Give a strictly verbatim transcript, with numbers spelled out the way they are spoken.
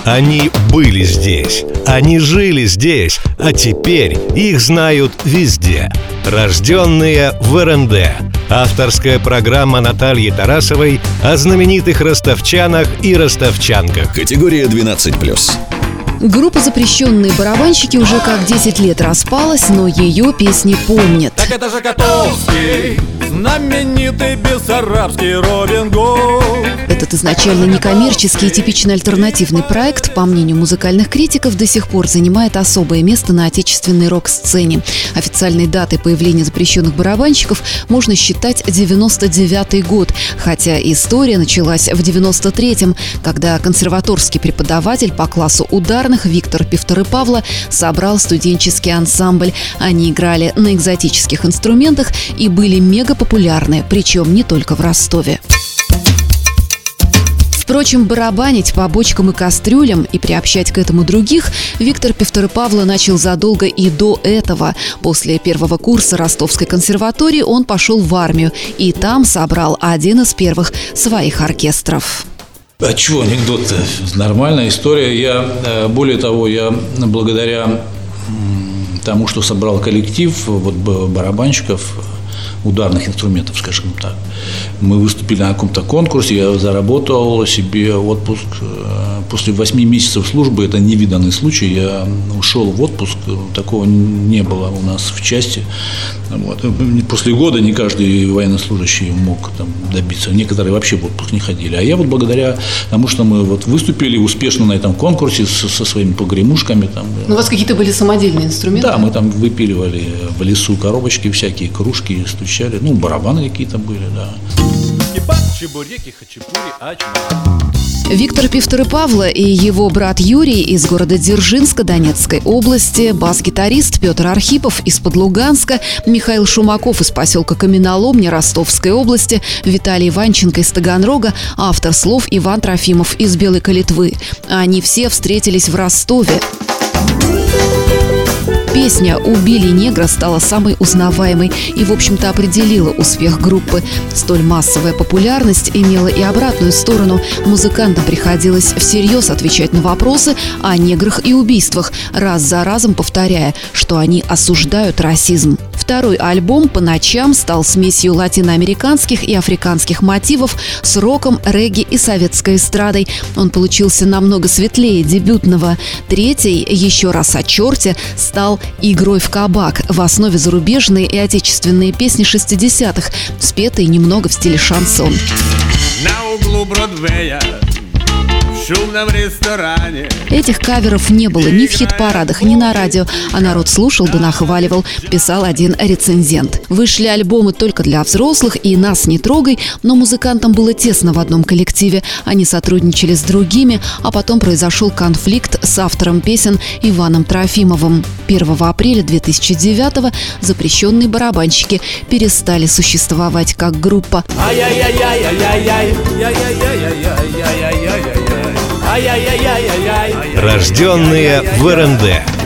Они были здесь, они жили здесь, а теперь их знают везде. Рожденные в эр эн дэ. Авторская программа Натальи Тарасовой о знаменитых ростовчанах и ростовчанках. Категория двенадцать плюс. Группа «Запрещенные барабанщики» уже как десять лет распалась, но ее песни помнят. Так это же Котовский, знаменитый бессарабский Робин Гуд. Этот изначально некоммерческий и типично альтернативный проект, по мнению музыкальных критиков, до сих пор занимает особое место на отечественной рок-сцене. Официальной датой появления запрещенных барабанщиков можно считать девяносто девятый год, хотя история началась в девяносто третьем, когда консерваторский преподаватель по классу ударных Виктор Пифтеры-Павла собрал студенческий ансамбль. Они играли на экзотических инструментах и были мега популярны, причем не только в Ростове. Впрочем, барабанить по бочкам и кастрюлям и приобщать к этому других Виктор Пифтеры-Павла начал задолго и до этого. После первого курса Ростовской консерватории он пошел в армию и там собрал один из первых своих оркестров. А чего анекдот-то? Нормальная история. Я, более того, я благодаря тому, что собрал коллектив вот, барабанщиков, ударных инструментов, скажем так, мы выступили на каком-то конкурсе, я заработал себе отпуск. После восьми месяцев службы, это невиданный случай, я ушел в отпуск, такого не было у нас в части. Вот. После года не каждый военнослужащий мог там добиться, некоторые вообще в отпуск не ходили. А я вот благодаря тому, что мы вот выступили успешно на этом конкурсе со, со своими погремушками. Там, Но у вас какие-то были самодельные инструменты? Да, мы там выпиливали в лесу коробочки всякие, кружки стучали, ну, барабаны какие-то были, да. Чебуреки, хачапури, ачма. Виктор Пифтеры-Павла и его брат Юрий из города Дзержинска Донецкой области, бас-гитарист Петр Архипов из-под Луганска, Михаил Шумаков из поселка Каменоломня Ростовской области, Виталий Иванченко из Таганрога, автор слов Иван Трофимов из Белой Калитвы. Они все встретились в Ростове. Песня «Убили негра» стала самой узнаваемой и, в общем-то, определила успех группы. Столь массовая популярность имела и обратную сторону. Музыкантам приходилось всерьез отвечать на вопросы о неграх и убийствах, раз за разом повторяя, что они осуждают расизм. Второй альбом «По ночам» стал смесью латиноамериканских и африканских мотивов с роком, регги и советской эстрадой. Он получился намного светлее дебютного. Третий «Еще раз о черте» стал игрой в кабак. В основе зарубежные и отечественные песни шестидесятых, спетые немного в стиле шансон. На углу Бродвея, в шумном ресторане. Этих каверов не было ни в хит-парадах, ни на радио, а народ слушал да нахваливал, писал один рецензент. Вышли альбомы только для взрослых и «Нас не трогай», но музыкантам было тесно в одном коллективе. Они сотрудничали с другими, а потом произошел конфликт с автором песен Иваном Трофимовым. первого апреля две тысячи девятого запрещенные барабанщики перестали существовать как группа. Рожденные в эр эн дэ.